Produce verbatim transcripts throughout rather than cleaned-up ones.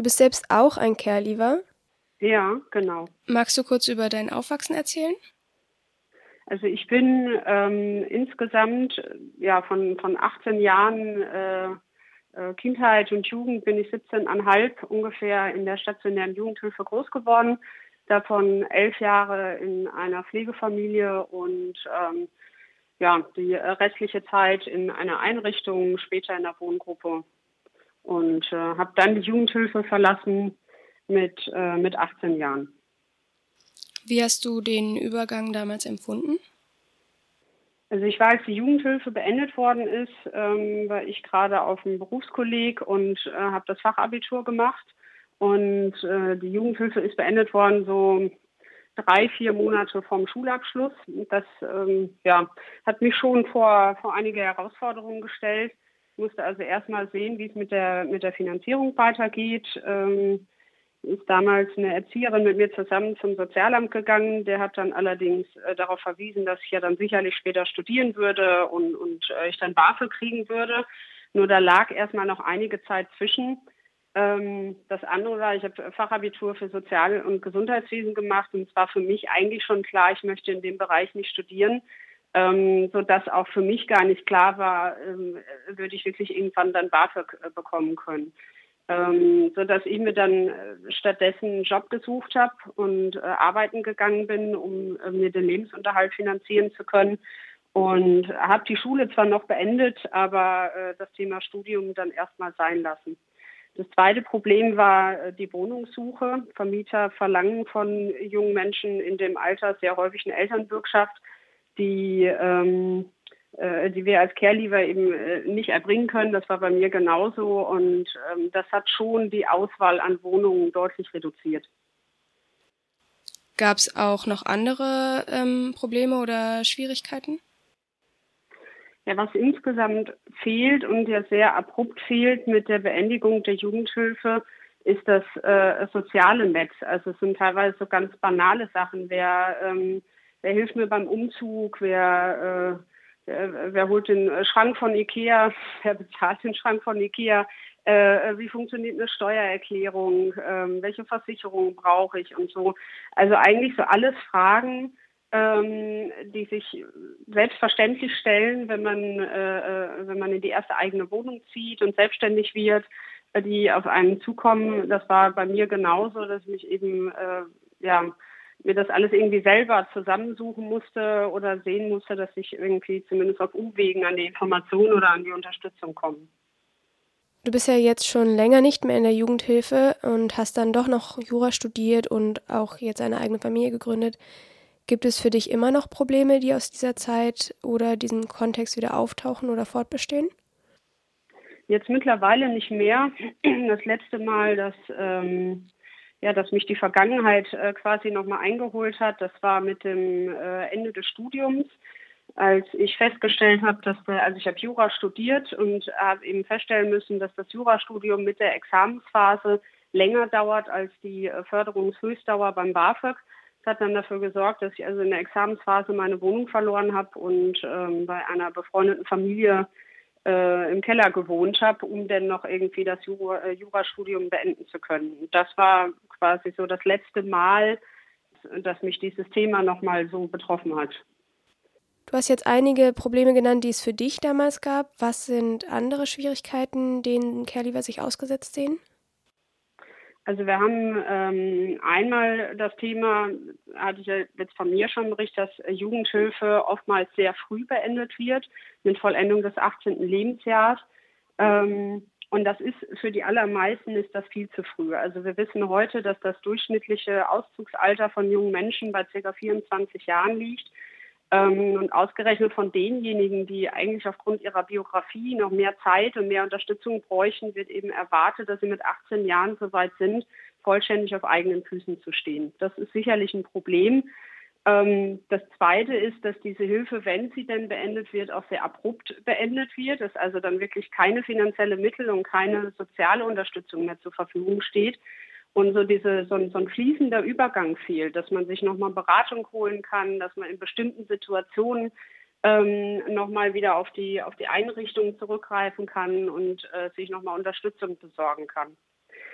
Du bist selbst auch ein Caregiver. Ja, genau. Magst du kurz über dein Aufwachsen erzählen? Also ich bin ähm, insgesamt äh, ja von, von achtzehn Jahren äh, äh, Kindheit und Jugend bin ich siebzehn Komma fünf ungefähr in der stationären Jugendhilfe groß geworden. Davon elf Jahre in einer Pflegefamilie und ähm, ja, die äh, restliche Zeit in einer Einrichtung, später in der Wohngruppe. Und äh, habe dann die Jugendhilfe verlassen mit, äh, mit achtzehn Jahren. Wie hast du den Übergang damals empfunden? Also ich war, als die Jugendhilfe beendet worden ist, ähm, war ich gerade auf dem Berufskolleg und äh, habe das Fachabitur gemacht. Und äh, die Jugendhilfe ist beendet worden so drei, vier Monate vom Schulabschluss. Das ähm, ja, hat mich schon vor, vor einige Herausforderungen gestellt. Ich musste also erstmal sehen, wie es mit der, mit der Finanzierung weitergeht. Ähm, ist damals eine Erzieherin mit mir zusammen zum Sozialamt gegangen. Der hat dann allerdings äh, darauf verwiesen, dass ich ja dann sicherlich später studieren würde und, und äh, ich dann BAföG kriegen würde. Nur da lag erstmal noch einige Zeit zwischen. Ähm, das andere war, ich habe Fachabitur für Sozial- und Gesundheitswesen gemacht und es war für mich eigentlich schon klar, ich möchte in dem Bereich nicht studieren, ähm, sodass auch für mich gar nicht klar war, ähm, würde ich wirklich irgendwann dann BAföG äh, bekommen können. Ähm, so dass ich mir dann äh, stattdessen einen Job gesucht habe und äh, arbeiten gegangen bin, um äh, mir den Lebensunterhalt finanzieren zu können. Und habe die Schule zwar noch beendet, aber äh, das Thema Studium dann erstmal sein lassen. Das zweite Problem war äh, die Wohnungssuche. Vermieter verlangen von jungen Menschen in dem Alter sehr häufig eine Elternbürgschaft, die ähm, äh, die wir als Caregiver eben äh, nicht erbringen können. Das war bei mir genauso und ähm, das hat schon die Auswahl an Wohnungen deutlich reduziert. Gab es auch noch andere ähm, Probleme oder Schwierigkeiten? Ja, was insgesamt fehlt und ja sehr abrupt fehlt mit der Beendigung der Jugendhilfe, ist das äh, soziale Netz. Also es sind teilweise so ganz banale Sachen. Wer, ähm, wer hilft mir beim Umzug? Wer, äh, wer, wer holt den Schrank von Ikea? Wer bezahlt den Schrank von Ikea? Äh, wie funktioniert eine Steuererklärung? Ähm, welche Versicherung brauche ich und so? Also eigentlich so alles Fragen, ähm, die sich selbstverständlich stellen, wenn man, äh, wenn man in die erste eigene Wohnung zieht und selbstständig wird, äh, die auf einen zukommen. Das war bei mir genauso, dass ich mich eben, äh, ja, mir das alles irgendwie selber zusammensuchen musste oder sehen musste, dass ich irgendwie zumindest auf Umwegen an die Information oder an die Unterstützung komme. Du bist ja jetzt schon länger nicht mehr in der Jugendhilfe und hast dann doch noch Jura studiert und auch jetzt eine eigene Familie gegründet. Gibt es für dich immer noch Probleme, die aus dieser Zeit oder diesem Kontext wieder auftauchen oder fortbestehen? Jetzt mittlerweile nicht mehr. Das letzte Mal, dass, ähm, ja, dass mich die Vergangenheit äh, quasi nochmal eingeholt hat, das war mit dem äh, Ende des Studiums, als ich festgestellt habe, dass der, also ich habe Jura studiert und habe eben feststellen müssen, dass das Jurastudium mit der Examensphase länger dauert als die äh, Förderungshöchstdauer beim BAföG. Das hat dann dafür gesorgt, dass ich also in der Examensphase meine Wohnung verloren habe und ähm, bei einer befreundeten Familie äh, im Keller gewohnt habe, um dann noch irgendwie das Jura, äh, Jurastudium beenden zu können. Und das war quasi so das letzte Mal, dass mich dieses Thema nochmal so betroffen hat. Du hast jetzt einige Probleme genannt, die es für dich damals gab. Was sind andere Schwierigkeiten, denen Caregiver sich ausgesetzt sehen? Also wir haben ähm, einmal das Thema, hatte ich ja jetzt von mir schon berichtet, dass Jugendhilfe oftmals sehr früh beendet wird, mit Vollendung des achtzehnten Lebensjahres. Ähm, und das ist für die allermeisten ist das viel zu früh. Also wir wissen heute, dass das durchschnittliche Auszugsalter von jungen Menschen bei ca. vierundzwanzig Jahren liegt. Ähm, und ausgerechnet von denjenigen, die eigentlich aufgrund ihrer Biografie noch mehr Zeit und mehr Unterstützung bräuchten, wird eben erwartet, dass sie mit achtzehn Jahren so weit sind, vollständig auf eigenen Füßen zu stehen. Das ist sicherlich ein Problem. Ähm, das Zweite ist, dass diese Hilfe, wenn sie denn beendet wird, auch sehr abrupt beendet wird, dass also dann wirklich keine finanzielle Mittel und keine soziale Unterstützung mehr zur Verfügung steht. Und so diese so ein, so ein fließender Übergang fehlt, dass man sich nochmal Beratung holen kann, dass man in bestimmten Situationen ähm, nochmal wieder auf die auf die Einrichtung zurückgreifen kann und äh, sich nochmal Unterstützung besorgen kann.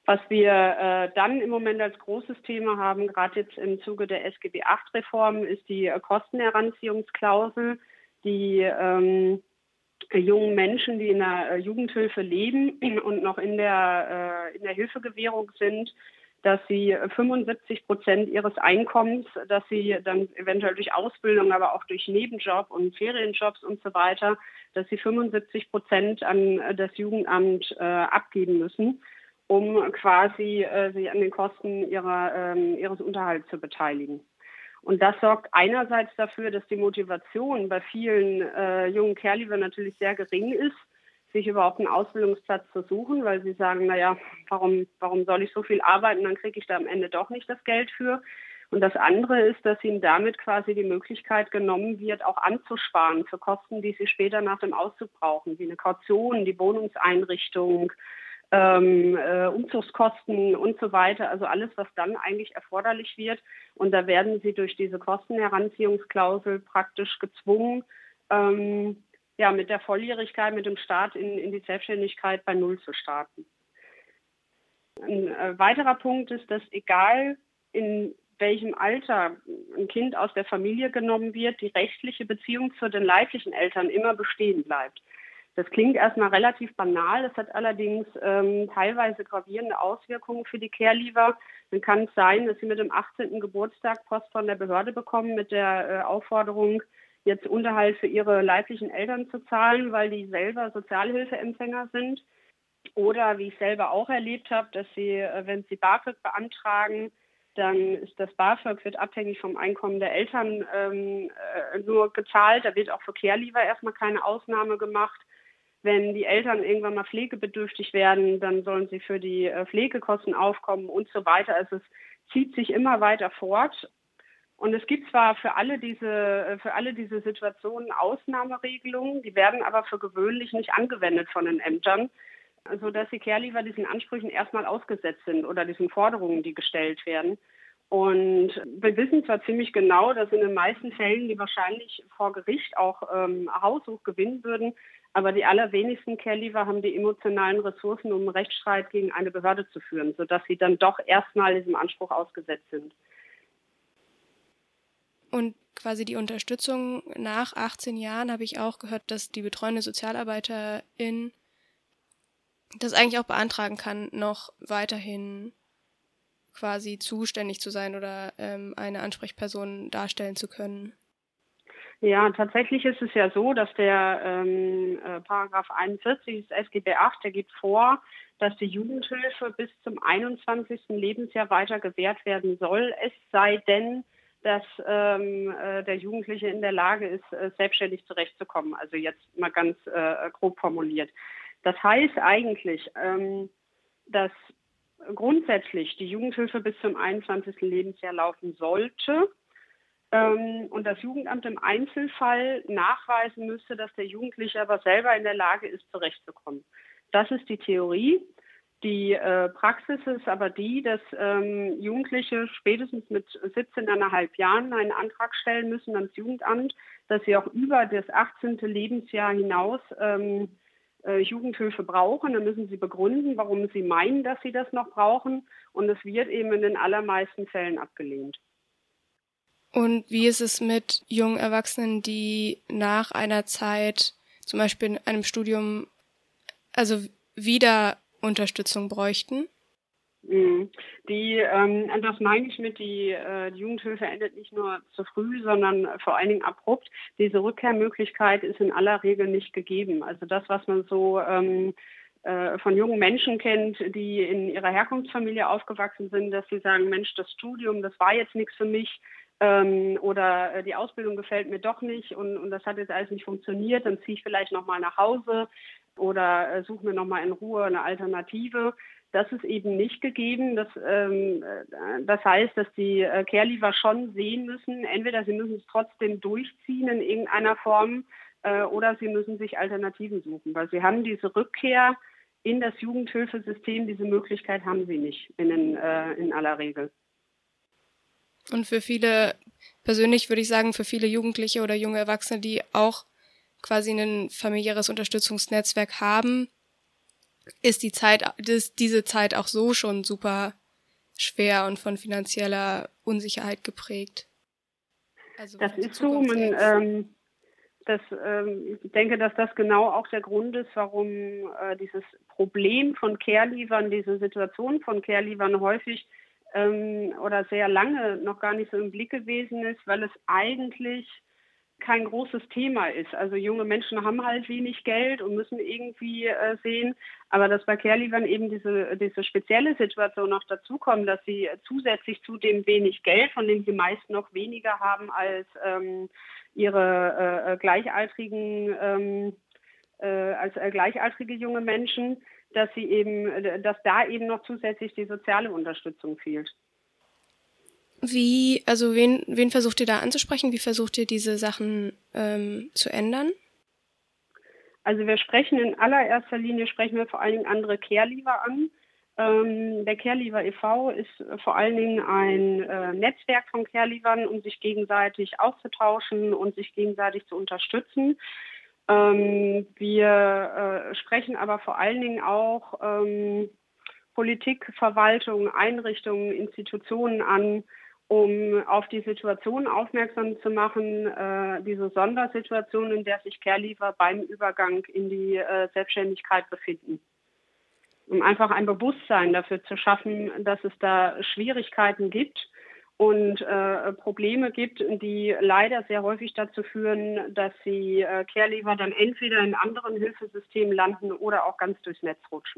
Was wir äh, dann im Moment als großes Thema haben, gerade jetzt im Zuge der S G B acht Reform, ist die äh, Kostenheranziehungsklausel, die ähm, jungen Menschen, die in der äh, Jugendhilfe leben und noch in der, äh, in der Hilfegewährung sind, dass sie fünfundsiebzig Prozent ihres Einkommens, dass sie dann eventuell durch Ausbildung, aber auch durch Nebenjob und Ferienjobs und so weiter, dass sie fünfundsiebzig Prozent an das Jugendamt äh, abgeben müssen, um quasi äh, sich an den Kosten ihrer, ähm, ihres Unterhalts zu beteiligen. Und das sorgt einerseits dafür, dass die Motivation bei vielen äh, jungen Kerlivern natürlich sehr gering ist, sich überhaupt einen Ausbildungsplatz zu suchen, weil sie sagen, naja, warum, warum soll ich so viel arbeiten, dann kriege ich da am Ende doch nicht das Geld für. Und das andere ist, dass ihnen damit quasi die Möglichkeit genommen wird, auch anzusparen für Kosten, die sie später nach dem Auszug brauchen, wie eine Kaution, die Wohnungseinrichtung, ähm, äh, Umzugskosten und so weiter. Also alles, was dann eigentlich erforderlich wird. Und da werden sie durch diese Kostenheranziehungsklausel praktisch gezwungen, ähm, ja, mit der Volljährigkeit, mit dem Start in, in die Selbstständigkeit bei Null zu starten. Ein äh, weiterer Punkt ist, dass egal in welchem Alter ein Kind aus der Familie genommen wird, die rechtliche Beziehung zu den leiblichen Eltern immer bestehen bleibt. Das klingt erstmal relativ banal, das hat allerdings ähm, teilweise gravierende Auswirkungen für die Caregiver. Dann kann es sein, dass sie mit dem achtzehnten Geburtstag Post von der Behörde bekommen mit der äh, Aufforderung, jetzt Unterhalt für ihre leiblichen Eltern zu zahlen, weil die selber Sozialhilfeempfänger sind. Oder wie ich selber auch erlebt habe, dass sie, wenn sie BAföG beantragen, dann ist das BAföG wird abhängig vom Einkommen der Eltern ähm, äh, nur gezahlt. Da wird auch für Caregiver erstmal keine Ausnahme gemacht. Wenn die Eltern irgendwann mal pflegebedürftig werden, dann sollen sie für die äh, Pflegekosten aufkommen und so weiter. Also es zieht sich immer weiter fort. Und es gibt zwar für alle diese, für alle diese Situationen Ausnahmeregelungen, die werden aber für gewöhnlich nicht angewendet von den Ämtern, sodass die Caregiver diesen Ansprüchen erstmal ausgesetzt sind oder diesen Forderungen, die gestellt werden. Und wir wissen zwar ziemlich genau, dass in den meisten Fällen die wahrscheinlich vor Gericht auch ähm, Haushoch gewinnen würden, aber die allerwenigsten Caregiver haben die emotionalen Ressourcen, um einen Rechtsstreit gegen eine Behörde zu führen, sodass sie dann doch erstmal diesem Anspruch ausgesetzt sind. Und quasi die Unterstützung nach achtzehn Jahren habe ich auch gehört, dass die betreuende Sozialarbeiterin das eigentlich auch beantragen kann, noch weiterhin quasi zuständig zu sein oder ähm, eine Ansprechperson darstellen zu können. Ja, tatsächlich ist es ja so, dass der ähm, äh, Paragraph einundvierzig des S G B acht, der gibt vor, dass die Jugendhilfe bis zum einundzwanzigsten Lebensjahr weiter gewährt werden soll, es sei denn, dass ähm, äh, der Jugendliche in der Lage ist, äh, selbstständig zurechtzukommen. Also jetzt mal ganz äh, grob formuliert. Das heißt eigentlich, ähm, dass grundsätzlich die Jugendhilfe bis zum einundzwanzigsten Lebensjahr laufen sollte ähm, und das Jugendamt im Einzelfall nachweisen müsste, dass der Jugendliche aber selber in der Lage ist, zurechtzukommen. Das ist die Theorie. Die äh, Praxis ist aber die, dass ähm, Jugendliche spätestens mit siebzehn Komma fünf Jahren einen Antrag stellen müssen ans Jugendamt, dass sie auch über das achtzehnte Lebensjahr hinaus ähm, äh, Jugendhilfe brauchen. Dann müssen sie begründen, warum sie meinen, dass sie das noch brauchen. Und es wird eben in den allermeisten Fällen abgelehnt. Und wie ist es mit jungen Erwachsenen, die nach einer Zeit, zum Beispiel in einem Studium, also wieder Unterstützung bräuchten? Die, ähm, das meine ich mit, die, äh, die Jugendhilfe endet nicht nur zu früh, sondern vor allen Dingen abrupt. Diese Rückkehrmöglichkeit ist in aller Regel nicht gegeben. Also das, was man so ähm, äh, von jungen Menschen kennt, die in ihrer Herkunftsfamilie aufgewachsen sind, dass sie sagen, Mensch, das Studium, das war jetzt nichts für mich. Ähm, oder äh, die Ausbildung gefällt mir doch nicht und, und das hat jetzt alles nicht funktioniert, dann ziehe ich vielleicht nochmal nach Hause oder äh, suche mir nochmal in Ruhe eine Alternative. Das ist eben nicht gegeben. Das, ähm, das heißt, dass die äh, Caregiver schon sehen müssen, entweder sie müssen es trotzdem durchziehen in irgendeiner Form äh, oder sie müssen sich Alternativen suchen, weil sie haben diese Rückkehr in das Jugendhilfesystem, diese Möglichkeit haben sie nicht in, den, äh, in aller Regel. Und für viele, persönlich würde ich sagen, für viele Jugendliche oder junge Erwachsene, die auch quasi ein familiäres Unterstützungsnetzwerk haben, ist die Zeit, ist diese Zeit auch so schon super schwer und von finanzieller Unsicherheit geprägt. Also das ist so. Man, ähm, das, ähm, ich denke, dass das genau auch der Grund ist, warum äh, dieses Problem von Care-Leavern, diese Situation von Care-Leavern häufig ähm, oder sehr lange noch gar nicht so im Blick gewesen ist, weil es eigentlich kein großes Thema ist. Also junge Menschen haben halt wenig Geld und müssen irgendwie äh, sehen, aber dass bei Care-Leavern eben diese, diese spezielle Situation noch dazukommt, dass sie zusätzlich zu dem wenig Geld, von dem sie meist noch weniger haben als ähm, ihre äh, gleichaltrigen, ähm, äh, als äh, gleichaltrige junge Menschen, dass sie eben, dass da eben noch zusätzlich die soziale Unterstützung fehlt. Wie, also wen, wen versucht ihr da anzusprechen? Wie versucht ihr diese Sachen ähm, zu ändern? Also wir sprechen in allererster Linie, sprechen wir vor allen Dingen andere Care-Leaver an. Ähm, der Care-Leaver e V ist vor allen Dingen ein äh, Netzwerk von Care-Leavern, um sich gegenseitig auszutauschen und sich gegenseitig zu unterstützen. Ähm, wir äh, sprechen aber vor allen Dingen auch ähm, Politik, Verwaltung, Einrichtungen, Institutionen an, um auf die Situation aufmerksam zu machen, äh, diese Sondersituation, in der sich Care-Leaver beim Übergang in die äh, Selbstständigkeit befinden. Um einfach ein Bewusstsein dafür zu schaffen, dass es da Schwierigkeiten gibt und äh, Probleme gibt, die leider sehr häufig dazu führen, dass sie äh, Care-Leaver dann entweder in anderen Hilfesystemen landen oder auch ganz durchs Netz rutschen.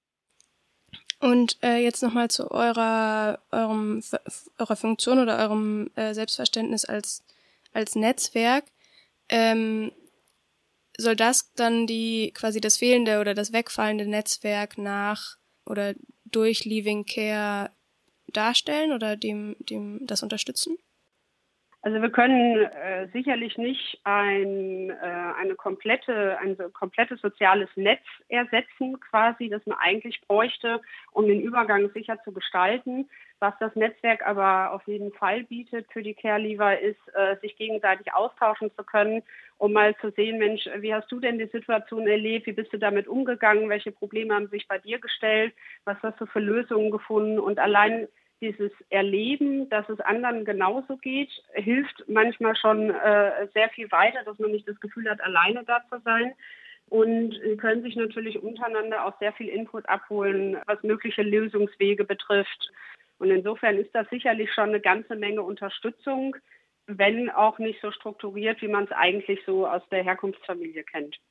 Und äh, jetzt nochmal zu eurer, eurem, eurer Funktion oder eurem äh, Selbstverständnis als, als Netzwerk. Ähm, soll das dann die quasi das fehlende oder das wegfallende Netzwerk nach oder durch Leaving Care darstellen oder dem, dem das unterstützen? Also wir können äh, sicherlich nicht ein, äh, eine komplette, ein so komplettes soziales Netz ersetzen, quasi, das man eigentlich bräuchte, um den Übergang sicher zu gestalten. Was das Netzwerk aber auf jeden Fall bietet für die Care-Leaver ist, äh, sich gegenseitig austauschen zu können, um mal zu sehen, Mensch, wie hast du denn die Situation erlebt? Wie bist du damit umgegangen? Welche Probleme haben sich bei dir gestellt? Was hast du für Lösungen gefunden? Und allein dieses Erleben, dass es anderen genauso geht, hilft manchmal schon äh, sehr viel weiter, dass man nicht das Gefühl hat, alleine da zu sein. Und sie können sich natürlich untereinander auch sehr viel Input abholen, was mögliche Lösungswege betrifft. Und insofern ist das sicherlich schon eine ganze Menge Unterstützung, wenn auch nicht so strukturiert, wie man es eigentlich so aus der Herkunftsfamilie kennt.